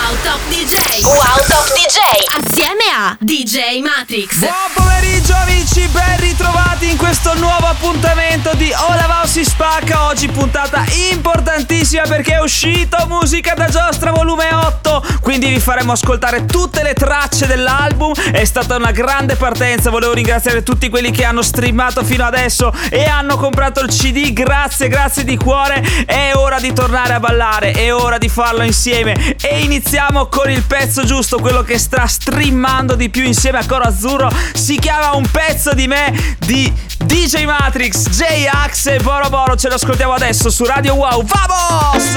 Wow Top DJ. Wow Top DJ. Assieme a DJ Matrix. Buon pomeriggio amici, ben ritrovati in questo nuovo appuntamento di All About Si Spacca. Oggi puntata importantissima perché è uscito Musica da Giostra volume 8. Quindi vi faremo ascoltare tutte le tracce dell'album. È stata una grande partenza. Volevo ringraziare tutti quelli che hanno streamato fino adesso e hanno comprato il CD. Grazie di cuore. È ora di tornare a ballare, è ora di farlo insieme. E iniziamo con il pezzo giusto, quello che sta streamando di più insieme a Coro Azzurro. Si chiama Un pezzo di me di DJ Matrix, J-Ax e Boro Boro. Ce lo ascoltiamo adesso su Radio Wow. Vamos!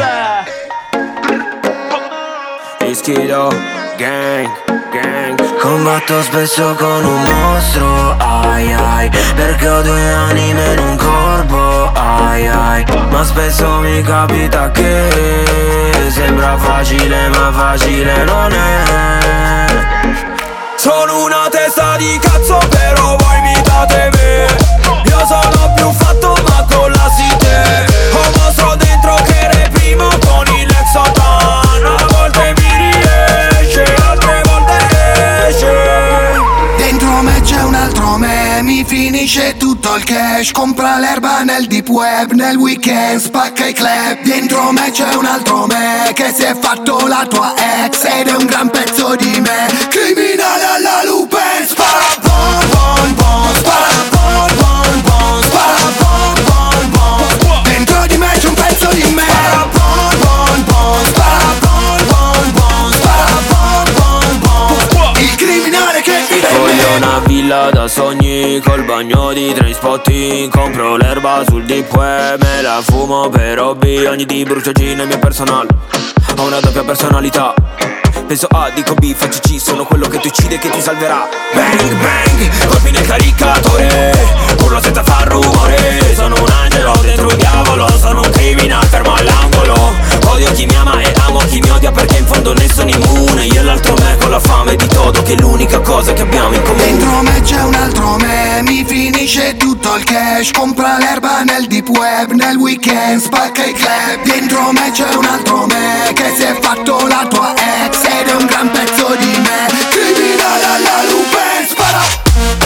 Ischio, gang. Combatto spesso con un mostro, ai ai, perché ho due anime in un corpo, ai ai. Ma spesso mi capita che sembra facile ma facile non è. Sono una testa di cazzo però voi imitate me. Io sono più fatto ma con la site. Ho un mostro dentro che reprimo con il Lexatan. A volte mi riesce, altre volte esce. Dentro me c'è un altro me, mi finisce tutto il cash. Compra l'erba nel deep web, nel weekend spacca i club. Dentro me c'è un altro me, che si è fatto la tua ex ed è un gran pezzo di me. Criminale alla lupe, spara bon bon bon, spara bon bon bon, spara bon bon bon. Dentro di me c'è un pezzo di me, spara bon bon bon, spara bon bon bon, spara bon bon bon. Il criminale che vive in me. Voglio una villa da sogni col bagno di Trainspotting. Compro l'erba sul deep web, me la fumo per hobby. Ogni di brucio G nel mio personale. Ho una doppia personalità. Penso A, dico B, faccio C. Sono quello che ti uccide e che ti salverà. Bang bang, colpi nel caricatore. Urlo senza far rumore. Sono un angelo dentro un diavolo. Sono un criminal fermo all'angolo. Odio chi mi ama e amo chi mi odia, perché in fondo ne sono immune. Io e l'altro me con la fame di todo, che è l'unica cosa che abbiamo in comune. Dentro me c'è un altro me, mi finisce tutto il cash. Compra l'erba nel deep web, nel weekend spacca i club. Dentro me c'è un altro me, che si è fatto la tua ex ed è un gran pezzo di me. Criminale alla lupe, spara.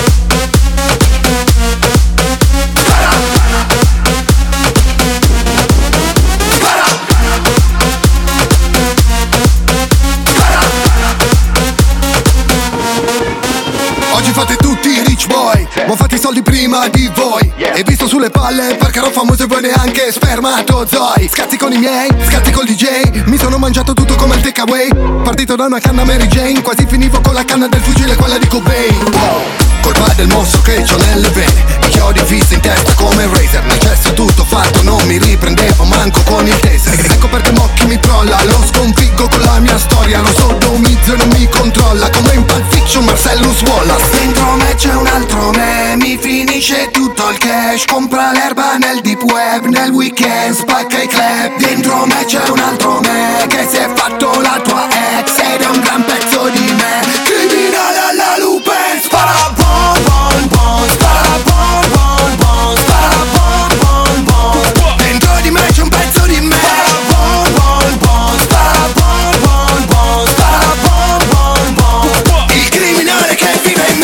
Oggi fate tutti i rich boy, ma fate i soldi prima di voi. E visto sulle palle perché ero famoso e voi neanche spermatozoi. Scazzi con i miei, scazzi col DJ. Mi sono mangiato tutto come il takeaway. Partito da una canna Mary Jane, quasi finivo con la canna del fucile, quella di Cobain. Colpa del mostro che c'ho nelle vene, i chiodi fissi in testa come Razer. Necesso tutto fatto, non mi riprendevo manco con il taser. Ecco perché Mocchi mi trolla, lo sconfiggo con la mia storia. Lo sodomizzo e non mi controlla, come in Pulp Fiction Marcellus Wallace. Dentro me c'è un altro me, mi finisce tutto il cash. Compra l'erba nel deep web, nel weekend spacca i club. Dentro me c'è un altro me, che si è fatto la tua ex ed è un gran pezzo di me. Criminale alla lupe, spara bon bon bon, spara bon bon bon, spara bon bon bon. Dentro di me c'è un pezzo di me, spara bon bon bon, spara bon bon bon, spara bon bon bon. Il criminale che vive in me.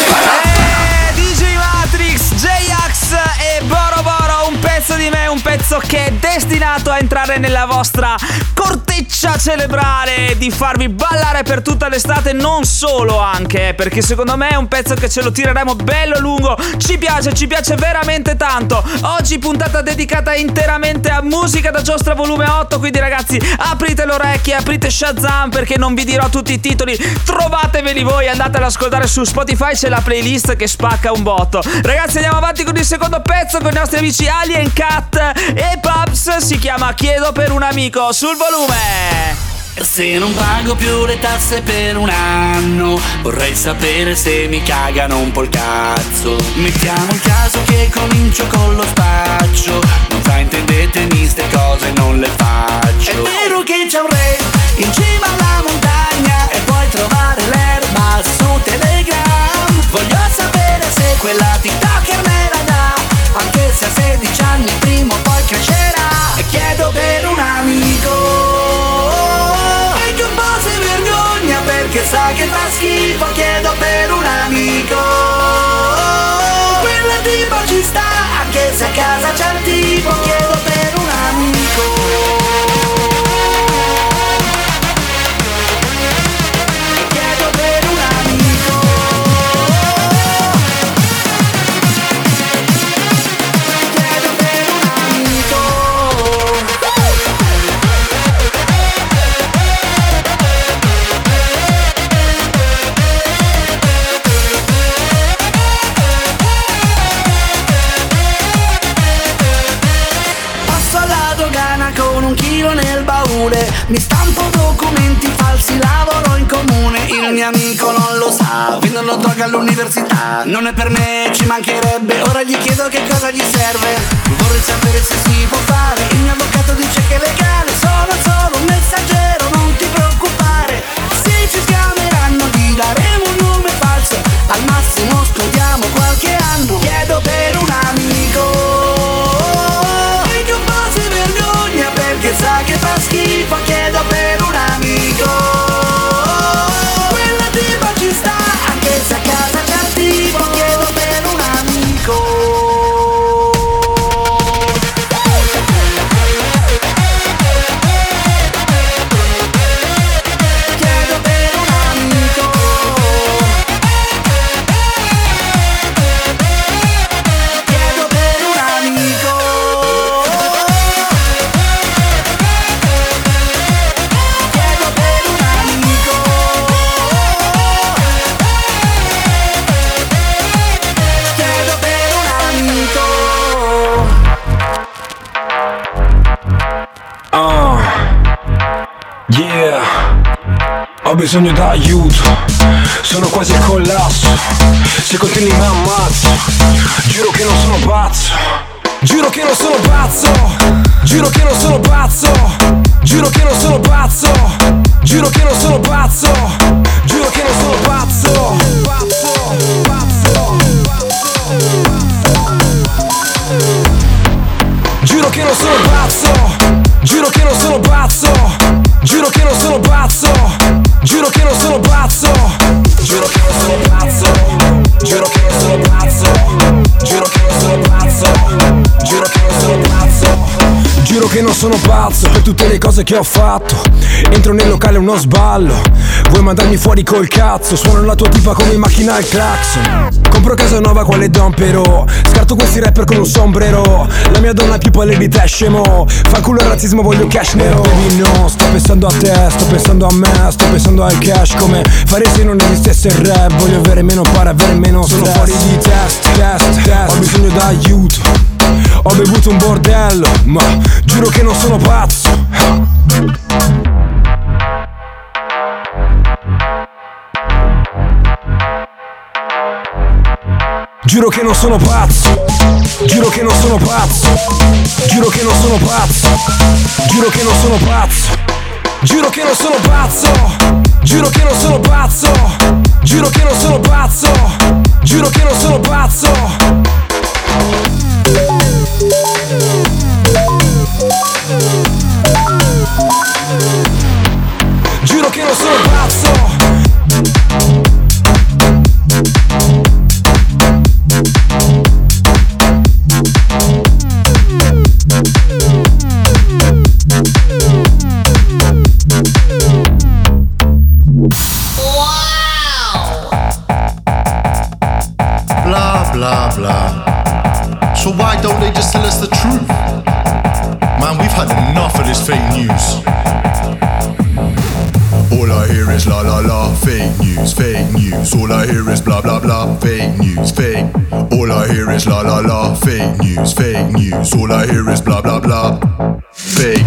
DJ Matrix, J-Ax e Boro Boro. Un pezzo di me, un pezzo che è destinato a entrare nella vostra corteccia cerebrale, di farvi ballare per tutta l'estate. Non solo, anche perché secondo me è un pezzo che ce lo tireremo bello lungo. Ci piace veramente tanto. Oggi puntata dedicata interamente a Musica da Giostra volume 8. Quindi ragazzi, aprite le orecchie, aprite Shazam, perché non vi dirò tutti i titoli, trovateveli voi, andate ad ascoltare su Spotify, c'è la playlist che spacca un botto. Ragazzi, andiamo avanti con il secondo pezzo con i nostri amici Alien Cat e Paps. Si chiama Chiedo per un amico. Sul volume. Se non pago più le tasse per un anno, vorrei sapere se mi cagano un po' il cazzo. Mettiamo il caso che comincio con lo spaccio, non fraintendetemi ste cose, non le faccio. È vero che c'è un re in cima alla montagna e puoi trovare l'erba su Telegram. Voglio sapere se quella TikToker me la dà, anche se a 16 anni prima o poi crescerà. E chiedo per un amico, anche un po' se vergogna. fa schifo, chiedo per un amico. Quella tipa ci sta, anche se a casa c'è il tipo, chiedo per un amico. Nel baule mi stampo documenti falsi, lavoro in comune. Il mio amico non lo sa, vendono droga all'università. Non è per me, ci mancherebbe, ora gli chiedo che cosa gli serve. Vorrei sapere se si può fare, il mio avvocato dice che è legale. Sono solo un messaggero, non ti preoccupare. Se ci schiameranno gli daremo un nome falso, al massimo studiamo qualche anno. Chiedo per un amico che sa che fa schifo, chiedo per un amico. Quella tipa ci sta, anche se a casa c'è il tipo, chiedo per un amico. Chiedo per un amico. Chiedo per un amico. Yeah, ho bisogno d'aiuto, sono quasi al collasso. Se continui mi ammazzo, giuro che non sono pazzo. Giuro che non sono pazzo, giuro che non sono pazzo, giuro che non sono pazzo, giuro che non sono pazzo, giuro che non sono pazzo, pazzo, pazzo, giuro che non sono pazzo, giuro che non sono pazzo, giuro che non sono pazzo, giuro che non sono pazzo, giuro che non sono pazzo, giuro che non sono pazzo, giuro che non sono pazzo, giuro che non sono pazzo, giuro che non sono pazzo per tutte le cose che ho fatto. Entro nel locale uno sballo, vuoi mandarmi fuori col cazzo? Suono la tua tipa come in macchina al clacson. Compro casa nuova quale Dompero, scarto questi rapper con un sombrero. La mia donna più pallida di te scemo, fanculo il razzismo, voglio cash nero. Baby no, sto pensando a te, sto pensando a me, sto pensando al cash. Come fare se non esistesse il rap? Voglio avere meno para, avere meno stress. Sono fuori di test, ho bisogno d'aiuto. Ho bevuto un bordello, ma giuro che non sono pazzo. Giuro che non sono pazzo, giuro che non sono pazzo, giuro che non sono pazzo, giuro che non sono pazzo, giuro che non sono pazzo, giuro che non sono pazzo, giuro che non sono pazzo, giuro che non sono pazzo. Giuro che non sono pazzo. Blah blah. So why don't they just tell us the truth? Man, we've had enough of this fake news. All I hear is la la la, fake news, fake news. All I hear is blah blah blah, fake news, fake. All I hear is la la la, fake news, fake news. All I hear is blah blah blah, fake.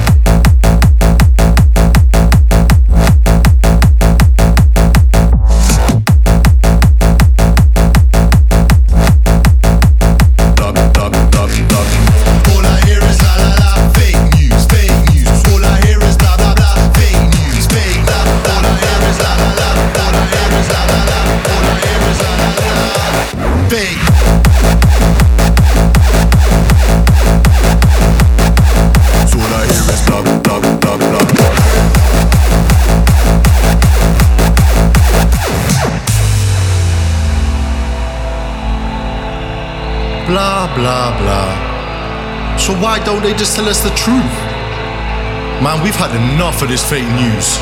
blah blah blah. So why don't they just tell us the truth? Man, we've had enough of this fake news.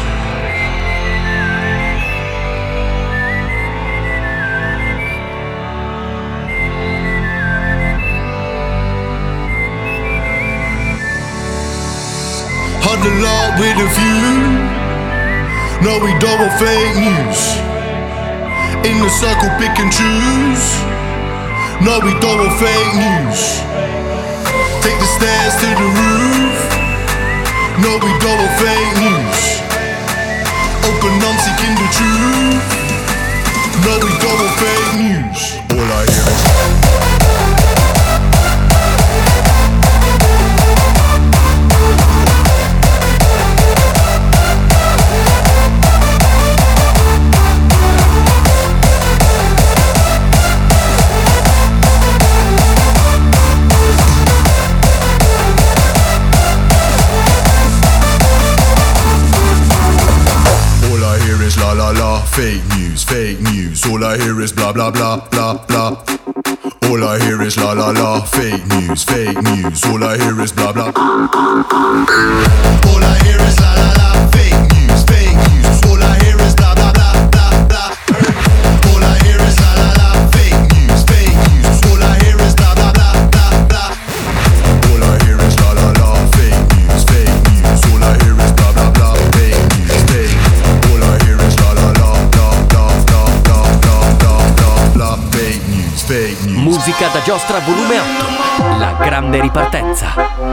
Huddle up with a few. No, we don't want fake news. In the circle, pick and choose. No, we don't want fake news. Take the stairs to the roof. No, we don't want fake news. Open arms seeking the truth. No, we don't want fake news. All I hear is la la la, fake news, fake news. All I hear is blah blah blah blah blah. All I hear is la la la, fake news, fake news. All I hear is blah blah. All I hear is la la la, fake news, fake news. All I hear is blah blah blah blah blah. All I hear is la la la, fake news, fake news. All I hear is blah blah blah blah blah. All I hear is la la la, fake news, fake news. All I hear is blah blah blah, fake news, fake. All I hear is la la la, blah blah blah blah blah blah blah blah. Fake news, fake news. Musica da giostra volume 8. La grande ripartenza.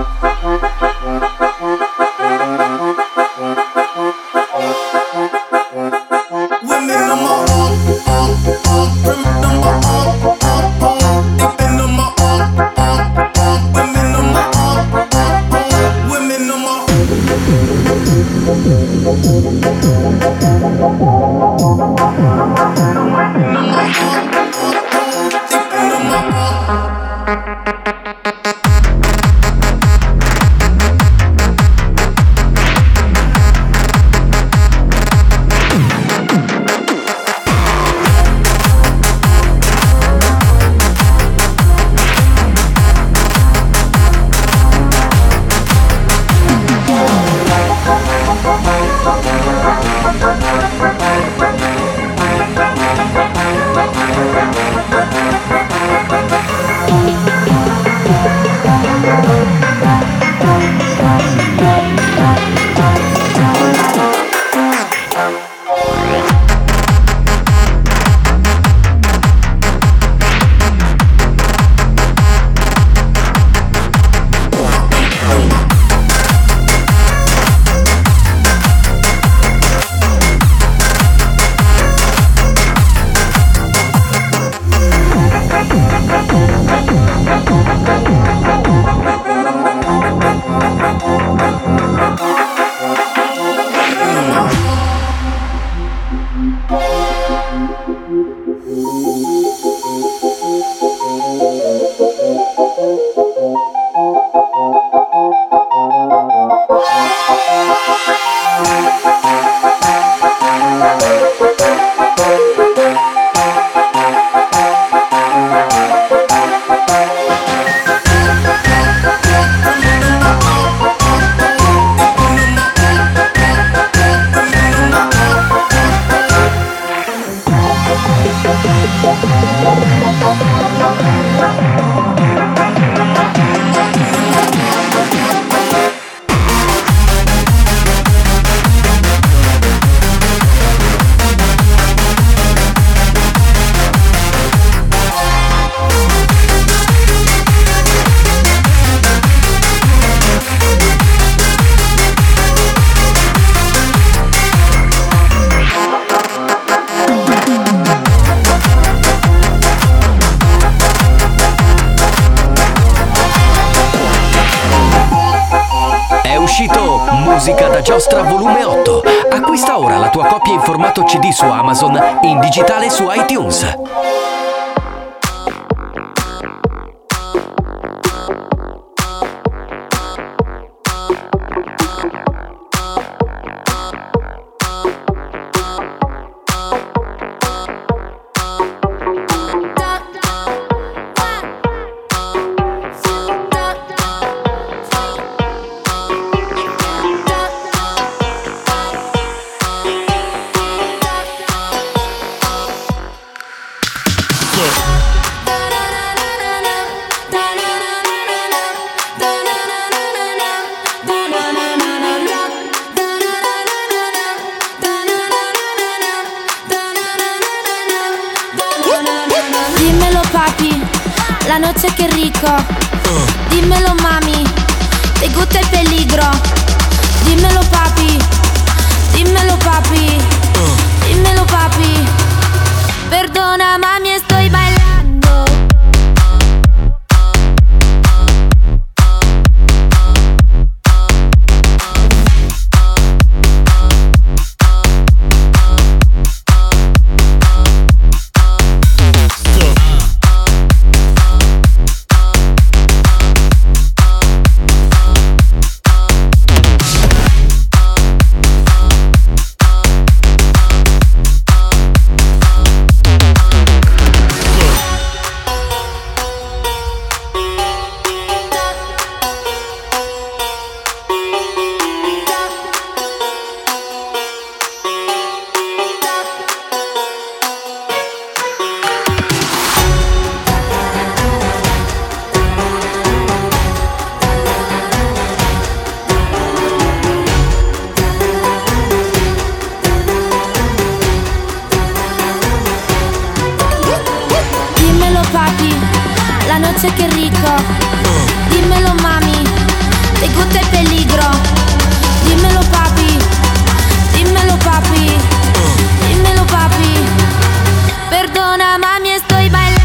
Musica da giostra volume 8. Acquista ora la tua copia in formato CD su Amazon e in digitale su iTunes. la noche che rico. Dimmelo mami, te gusta el peligro. Dimmelo papi, dimmelo papi, dimmelo papi. Perdona mami, estoy bailando. Che rico, dimmelo mami, te gusta el peligro. Dimmelo papi, dimmelo papi, dimmelo papi. Perdona mami, estoy bailando.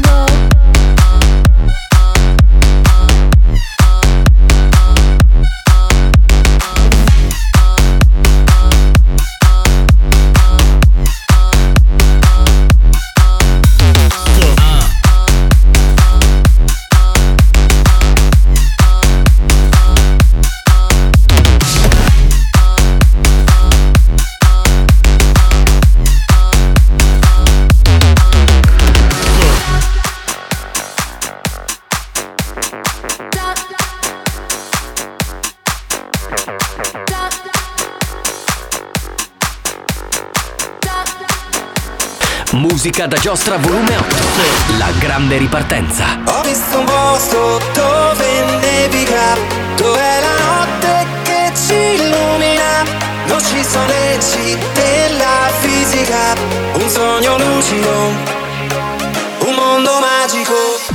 Musica da giostra volume 8. La grande ripartenza. Ho visto un posto dove nevica, dove la notte che ci illumina. Non ci sono leggi della fisica, un sogno lucido, un mondo magico.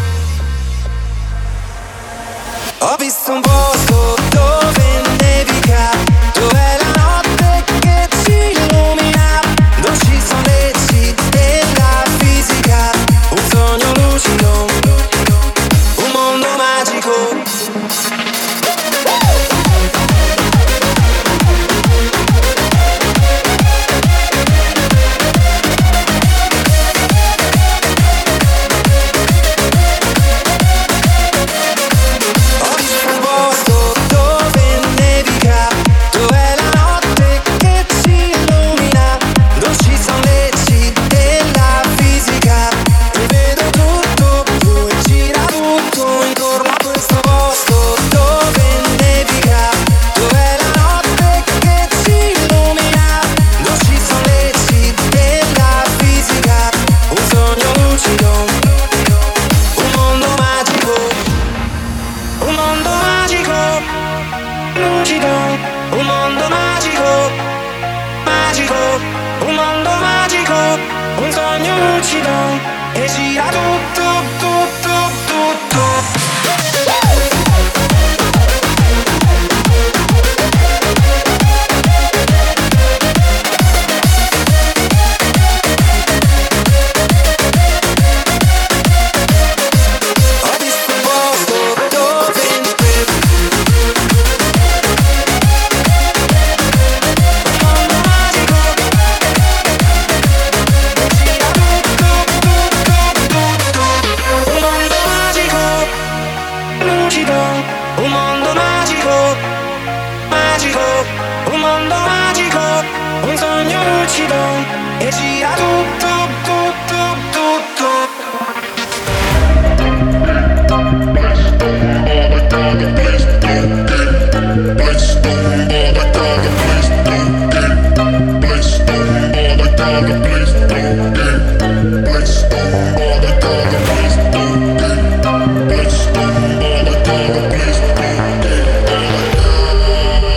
Ho visto un posto dove nevica, dove la notte che ci illumina. Non ci sono leggi della fisica, un sogno lucido, un mondo magico. E gira tutto, tutto, tutto.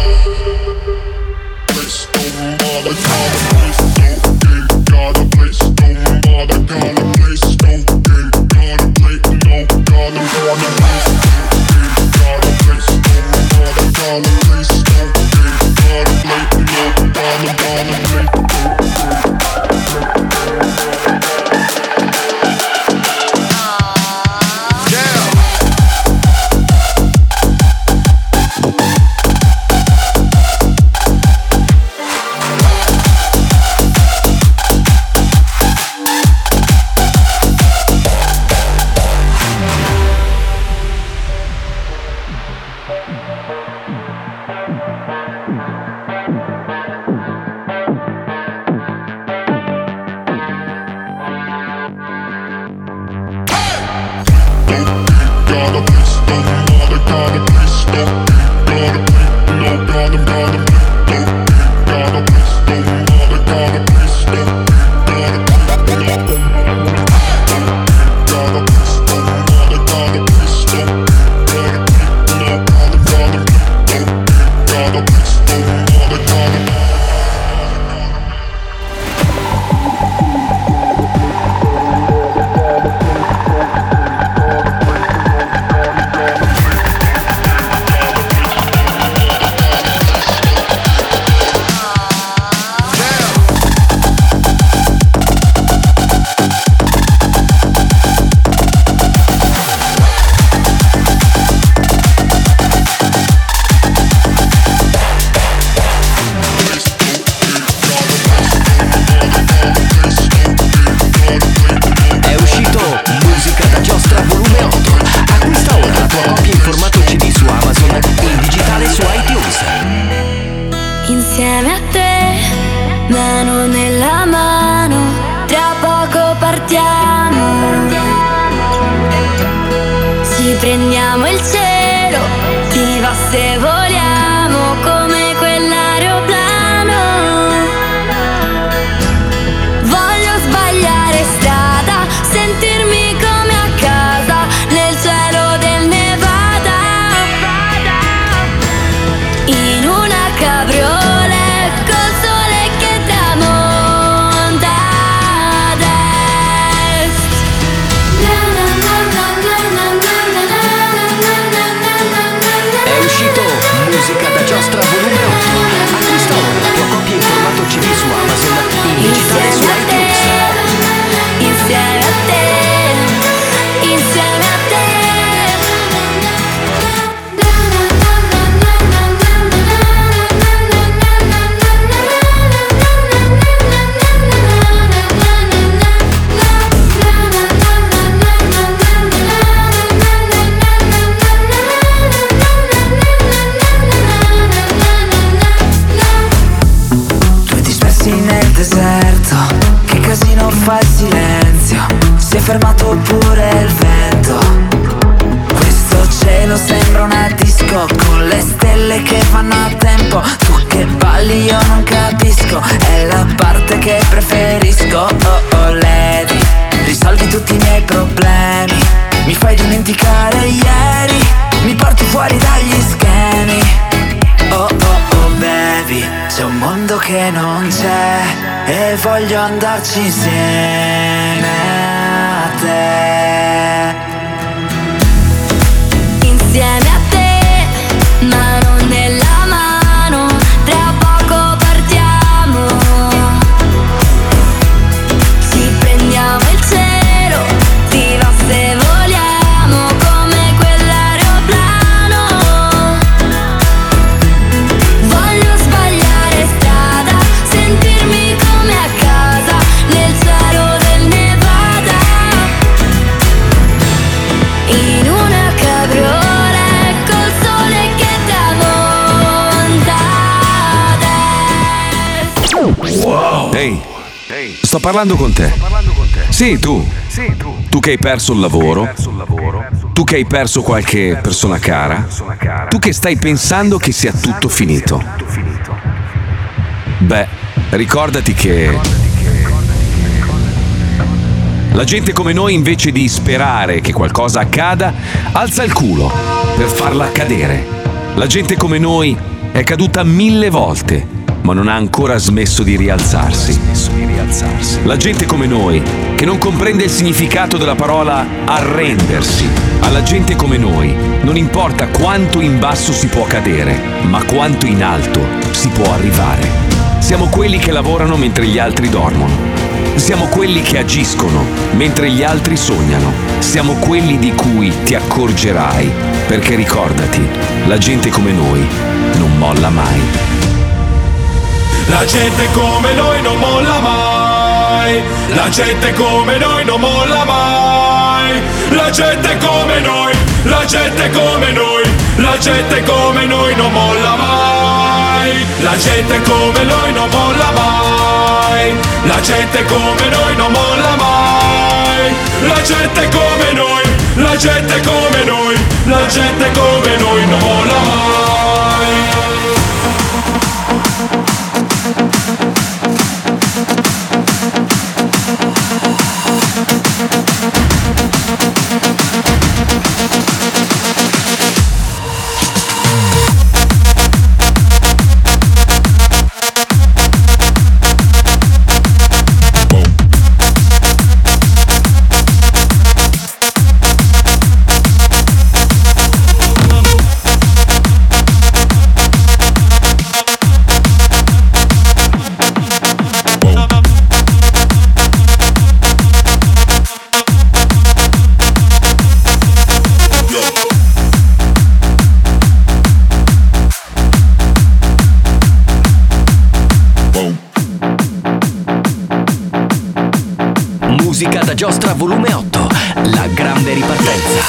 Gotta place Prendiamo il cielo, ti va se voliamo come quell'aeroplano. Voglio sbagliare strada, sentirmi come a casa nel cielo del Nevada. In una cabriolet col sole che tramonta ad est. Musica da giostra volume 8. Acquista ora la tua copia in formato CD su Amazon, in digitale su iTunes. Insieme a te, insieme a te. Deserto, che casino fa il silenzio, si è fermato pure il vento. Questo cielo sembra una disco con le stelle che fanno a tempo. Tu che balli io non capisco, è la parte che preferisco. Oh oh lady, risolvi tutti i miei problemi, mi fai dimenticare ieri, mi porti fuori dagli schemi. Oh oh oh baby, c'è un mondo che non c'è e voglio andarci insieme a te. Insieme a te, mano nella mano, tra poco partiamo. Ci prendiamo il cielo, ti va se voliamo come quell'aeroplano. Voglio sbagliare strada, sentirmi come a casa nel cielo del Nevada. In una cabriolet col sole che tramonta ad est. Wow. Ehi, sto parlando con te. Sì, tu. Tu che hai perso il lavoro. Tu che hai perso qualche persona cara. Tu che stai pensando che sia tutto finito. Beh, ricordati che la gente come noi, invece di sperare che qualcosa accada, alza il culo per farla accadere. La gente come noi è caduta 1000 volte, ma non ha ancora smesso di rialzarsi. La gente come noi, che non comprende il significato della parola arrendersi. Alla gente come noi non importa quanto in basso si può cadere, ma quanto in alto si può arrivare. Siamo quelli che lavorano mentre gli altri dormono. Siamo quelli che agiscono mentre gli altri sognano. Siamo quelli di cui ti accorgerai, perché ricordati, la gente come noi non molla mai. La gente come noi non molla mai. La gente come noi non molla mai. La gente come noi, la gente come noi, la gente come noi non molla mai. La gente come noi non molla mai. La gente come noi non molla mai. La gente come noi, la gente come noi, la gente come noi non molla mai. Musica da giostra volume 8, la grande ripartenza.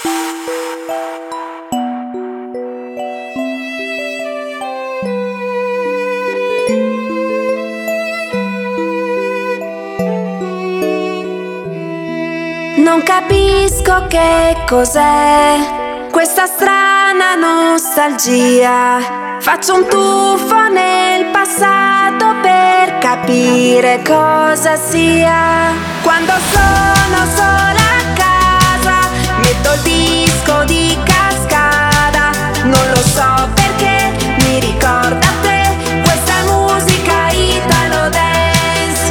Non capisco che cos'è questa strana nostalgia. Faccio un tuffo nel passato per capire cosa sia. Quando sono sola a casa metto il disco di Cascada. Non lo so perché mi ricorda te questa musica italo dance.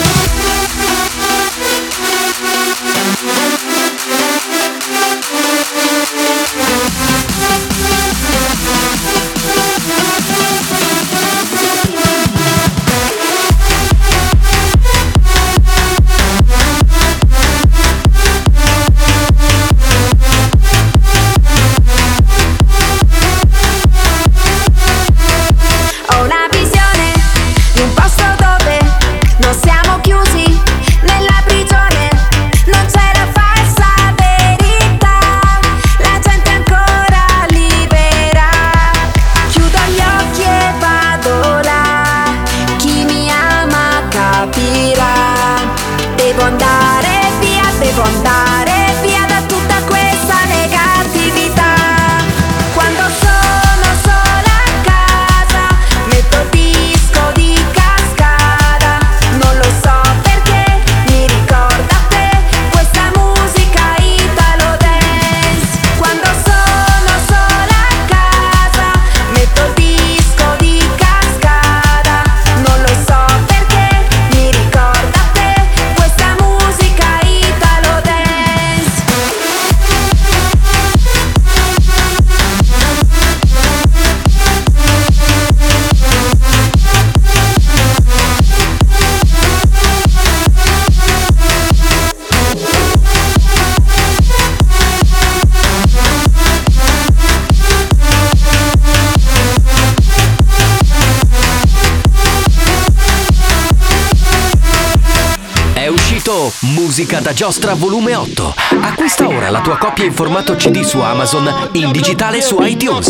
Musica da giostra volume 8. Acquista ora la tua copia in formato CD su Amazon, in digitale su iTunes.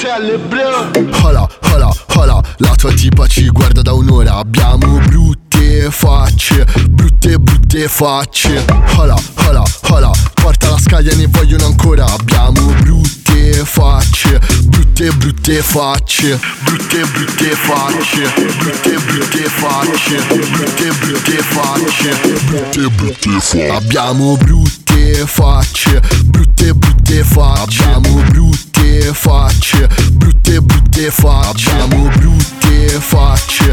Hola, hola, hola, la tua tipa ci guarda da un'ora. Abbiamo brutte facce, brutte facce. Hola, hola, hola, porta la scaglia, ne vogliono ancora. Abbiamo brutte facce, brutte facce. Brutte facce, brutte facce, brutte facce. Abbiamo brutte facce, brutte facce. Abbiamo brutte facce, brutte facce. Abbiamo brutte facce,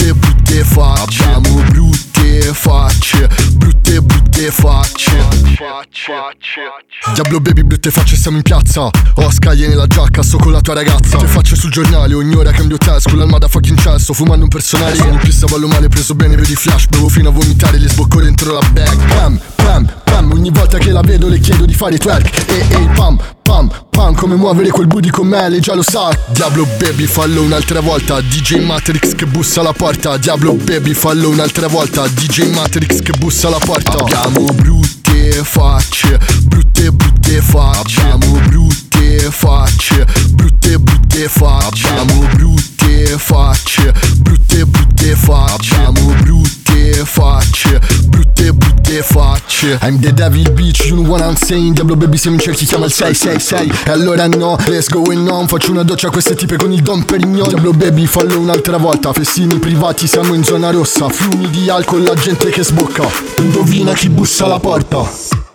brutte facce. Abbiamo brutte facce, brutte facce. Diablo baby, brutte facce, siamo in piazza. Ho scaglie nella giacca, sto con la tua ragazza. Te facce sul giornale, ogni ora cambio test. Con l'alma da fucking cell, sto fumando un personale. Sono in pista, ballo male, preso bene, vedi flash. Bevo fino a vomitare, le sbocco dentro la bag. Pam, pam, pam, ogni volta che la vedo le chiedo di fare twerk. Ehi, pam, pam, pam, come muovere quel booty con me, lei già lo sa. Diablo baby, fallo un'altra volta. DJ Matrix che bussa alla porta. Diablo baby, fallo un'altra volta. DJ Matrix che bussa alla porta. Abbiamo brutte facce, brutte facce. Abbiamo brutte facce, brutte facce. Abbiamo brutte facce, brutte facce. Abbiamo brutte facce, brutte facce. I'm the devil bitch, you know what I'm saying. Diablo baby, se mi cerchi chiama il 666. E allora no, let's go and on. Faccio una doccia a queste tipe con il Dom Perignon. Diablo baby, fallo un'altra volta. Festini privati, siamo in zona rossa. Fiumi di alcol, la gente che sbocca. Indovina chi bussa alla porta.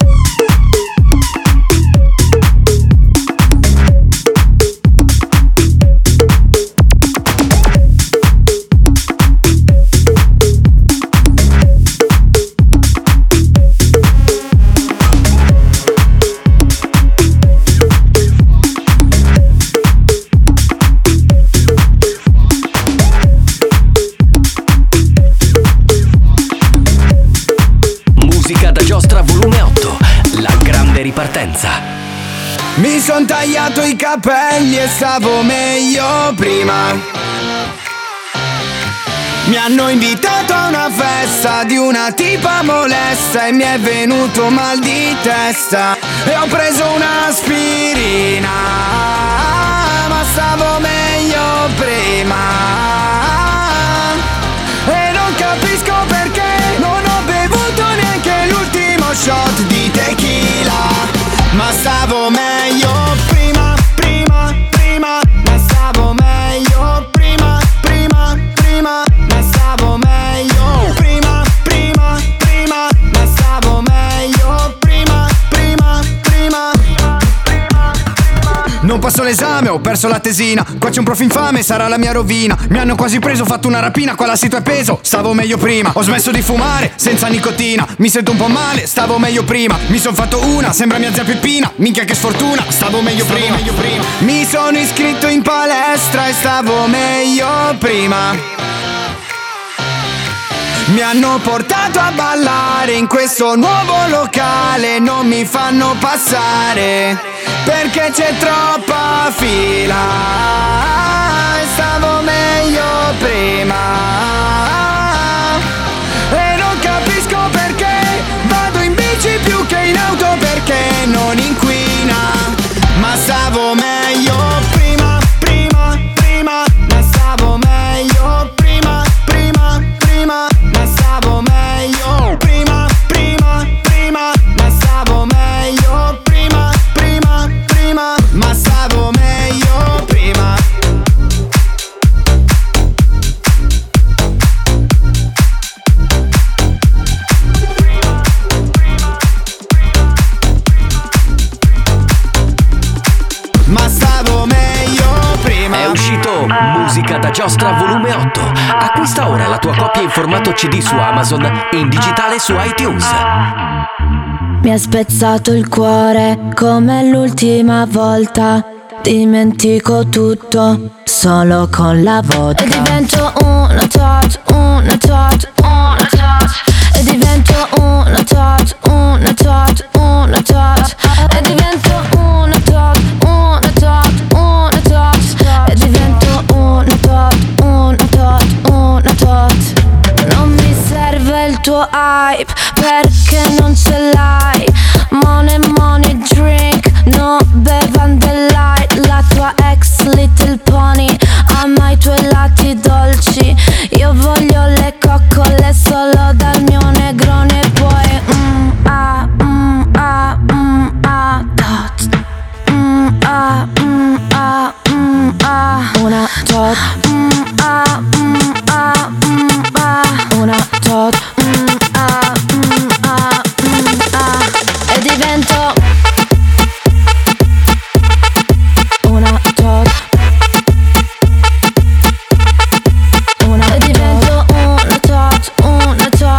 Ripartenza. Mi son tagliato i capelli e stavo meglio prima. Mi hanno invitato a una festa di una tipa molesta e mi è venuto mal di testa e ho preso un'aspirina, ma stavo meglio prima. E non capisco perché non ho bevuto neanche l'ultimo shot di tequila. Ma stavo meglio prima, ma stavo meglio prima, ma stavo meglio prima, ma stavo meglio prima. Non passo l'esame, ho perso la tesina. Qua c'è un prof infame, sarà la mia rovina. Mi hanno quasi preso, ho fatto una rapina. Qua la sito è peso, stavo meglio prima. Ho smesso di fumare, senza nicotina. Mi sento un po' male, stavo meglio prima. Mi son fatto una, sembra mia zia Peppina. Minchia che sfortuna, stavo meglio prima. Mi sono iscritto in palestra e stavo meglio prima. Mi hanno portato a ballare in questo nuovo locale. Non mi fanno passare perché c'è troppa fila. E stavo meglio prima. E non capisco perché vado in bici più che in auto, perché non inquina. Ma stavo meglio prima, ma stavo meglio prima, ma stavo meglio prima, ma stavo meglio prima, ma stavo meglio prima. Ma stavo meglio prima. È uscito Musica da Giostra volume 8. Acquista ora la tua copia in formato CD su Amazon e in digitale su iTunes. Mi ha spezzato il cuore come l'ultima volta. Dimentico tutto solo con la vodka. E divento una tot, una tot, una tot. E divento una tot, una tot, una tot. E divento una tot, una tot, una tot. E divento una tot, una tot, una tot. Non mi serve il tuo hype perché non ce l'hai. Money, money, drink, no bevande light. La tua ex Little Pony ama i tuoi lati dolci. Io voglio le coccole solo dal mio negrone. Poi tot. Una tot. Una tot. E divento una tot. E divento una tot, una tot.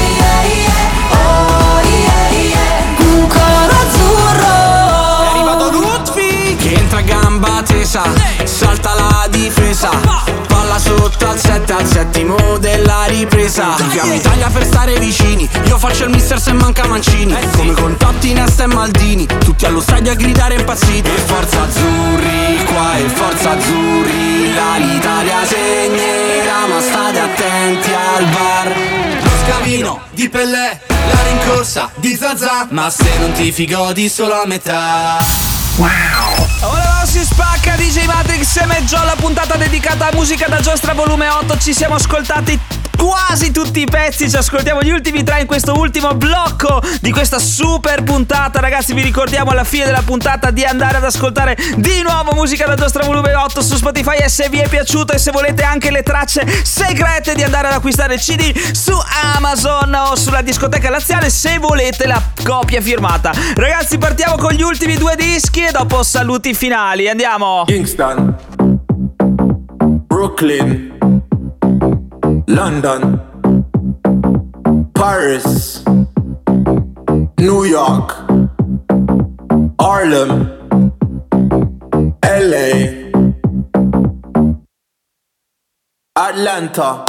ripresa. Chiamo Italia per stare vicini, io faccio il mister se manca Mancini. Come con Totti, Nesta e Maldini, tutti allo stadio a gridare impazziti. E forza azzurri, qua e forza azzurri, là l'Italia segnerà, ma state attenti al VAR. Lo scavino di Pellè, la rincorsa di Zazà, ma se non ti godi solo a metà. Wow. Ora si spacca DJ Matrix e Meggio, la puntata dedicata a musica da giostra volume 8. Ci siamo ascoltati quasi tutti i pezzi, ci ascoltiamo gli ultimi 3 in questo ultimo blocco di questa super puntata. Ragazzi, vi ricordiamo alla fine della puntata di andare ad ascoltare di nuovo musica da giostra volume 8 su Spotify, e se vi è piaciuto e se volete anche le tracce segrete di andare ad acquistare il CD su Amazon o sulla discoteca laziale, se volete la copia firmata. Ragazzi, partiamo con gli ultimi 2 dischi e dopo saluti finali. Andiamo. Kingston, Brooklyn, London, Paris, New York, Harlem, LA, Atlanta.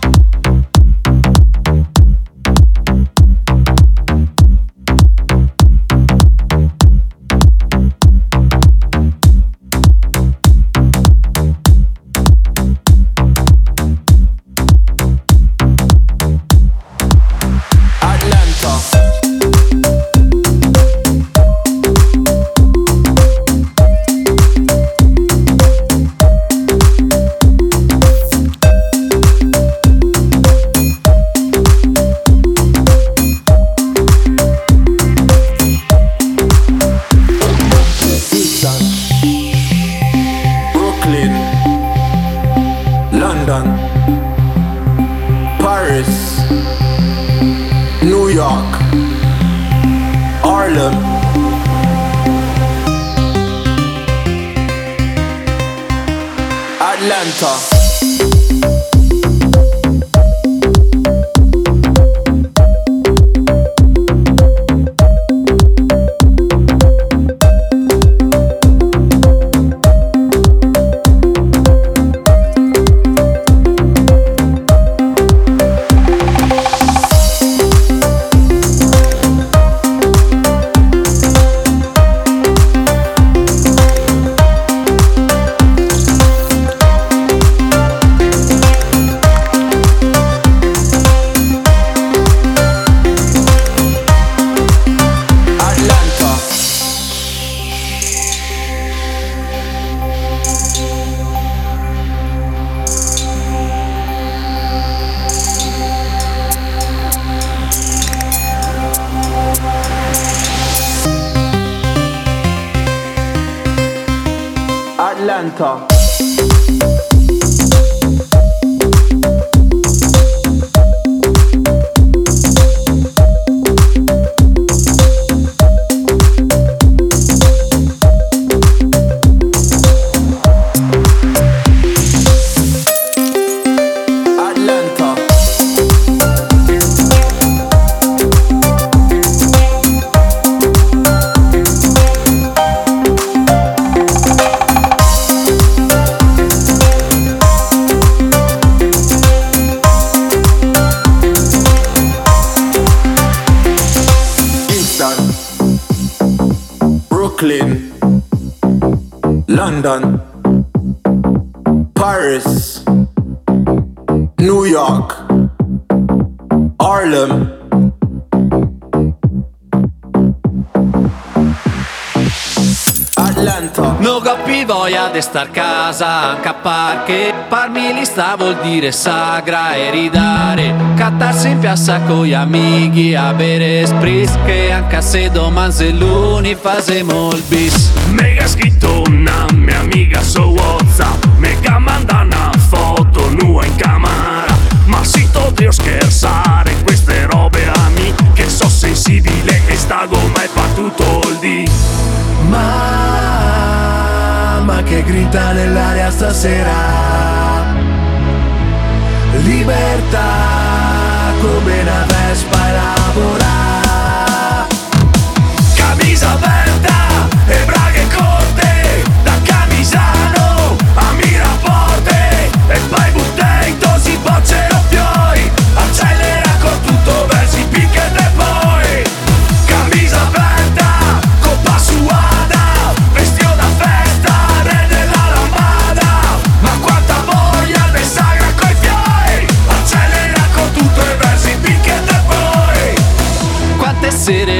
Paris, New York, Harlem, Atlanta. Atlanta. Brooklyn, London, Paris, New York, Harlem, Atlanta. Non capi voglia di star casa, anche a perché parmi lista vuol dire sagra e ridare. Cattarsi in piazza con gli amici a bere spritz, che anche se domani se l'uni fasemo il bis. Mega scritto una mia amica su WhatsApp, mega manda una foto nua in camera. Ma si devo scherzare, queste robe a me, che so sensibile e sta gomma è battuto il di. Mamma che grida nell'aria stasera, libertà come una vespa e lavora. Camisa aperta e braghe corte, da Camisano a Miraporte, e poi buttento si boccerò pioi,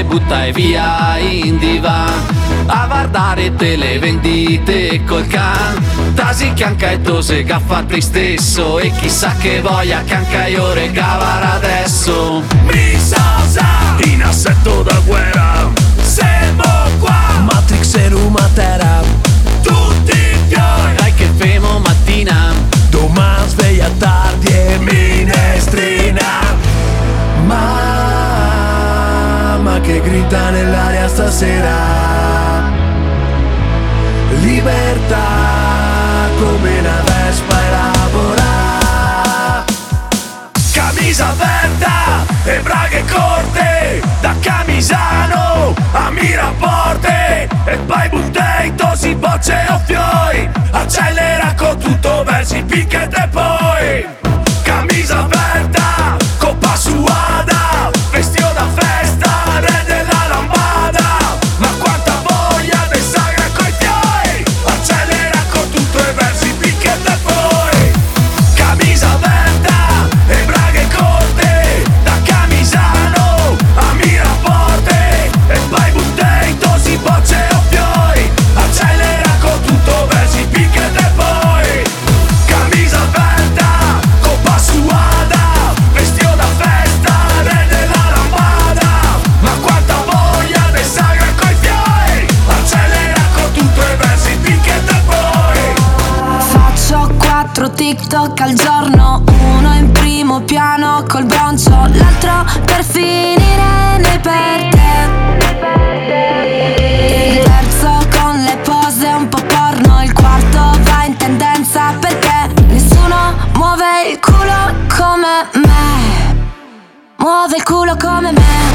buttai via in divan a guardare le vendite col can. Tasi che anche e tose gaffa te stesso e chissà che voglia che anche io regavare adesso. Mi sosa in assetto da guerra, siamo qua, Matrix e Rumatera, tutti fioi. Dai che femo mattina, domani sveglia tardi e minestrina. Mamma che grida nell'aria stasera, libertà come una vespa elabora. Camisa aperta e braghe corte, da Camisano a Miraporte, e poi buttento si bocce o fioi, accelera con tutto versi picchet e poi. Camisa aperta, coppa suada, vestito da festa, re della lambada, ma quanta voglia de sagra coi fioi, accelera con tutto e versi picchet e poi. Camisa aperta e braghe corte, da Camisano a Miraporte, e poi buttento si bocce o fioi, accelera con tutto versi picchet e poi. Camisa aperta, coppa suada, vestito da festa, re della lambada, ma quanta voglia de sagra coi fioi, accelera con tutto e versi picchet e poi. Faccio 4 TikTok al giorno, uno in primo piano col broncio, l'altro per finire nei per te, il terzo con le pose un po' porno, il quarto va in tendenza perché nessuno muove il culo come me, muove il culo come me.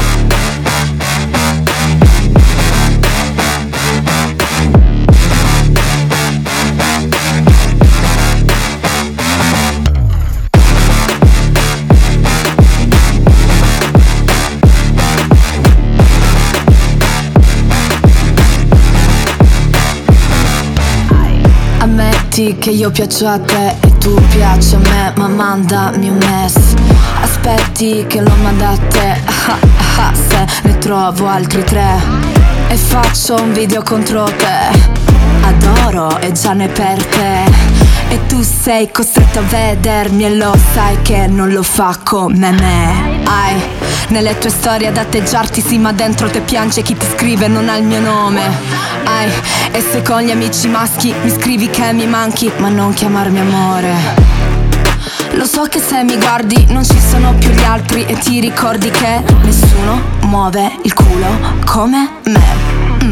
Ammetti che io piaccio a te e tu piaci a me, ma mandami un mess. Aspetti che lo manda a te, se ne trovo altri 3 e faccio un video contro te. Adoro e già ne per te, e tu sei costretto a vedermi e lo sai che non lo fa come me. Hai nelle tue storie ad atteggiarti sì, ma dentro te piange chi ti scrive non ha il mio nome. Hai e se con gli amici maschi mi scrivi che mi manchi, ma non chiamarmi amore. Lo so che se mi guardi non ci sono più gli altri e ti ricordi che nessuno muove il culo come me.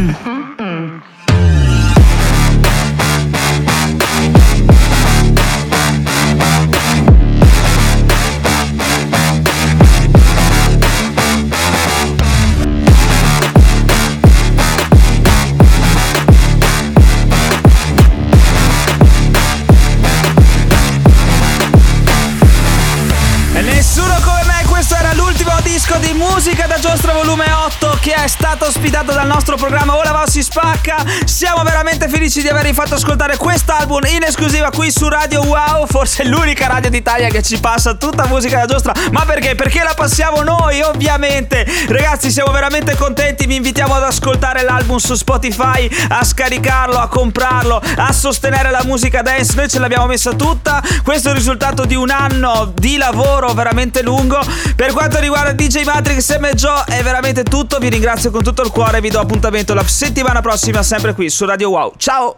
Di Musica da Giostra volume 8 che è stato ospitato dal nostro programma Ora Va Si Spacca. Siamo veramente felici di avervi fatto ascoltare quest'album in esclusiva qui su Radio Wow, forse l'unica radio d'Italia che ci passa tutta musica da Giostra. Ma perché? Perché la passiamo noi, ovviamente. Ragazzi, siamo veramente contenti, vi invitiamo ad ascoltare l'album su Spotify, a scaricarlo, a comprarlo, a sostenere la musica dance. Noi ce l'abbiamo messa tutta, questo è il risultato di un anno di lavoro veramente lungo. Per quanto riguarda DJ Matrix e me Joe è veramente tutto, vi ringrazio con tutto il cuore, vi do appuntamento la settimana prossima sempre qui su Radio Wow. Ciao!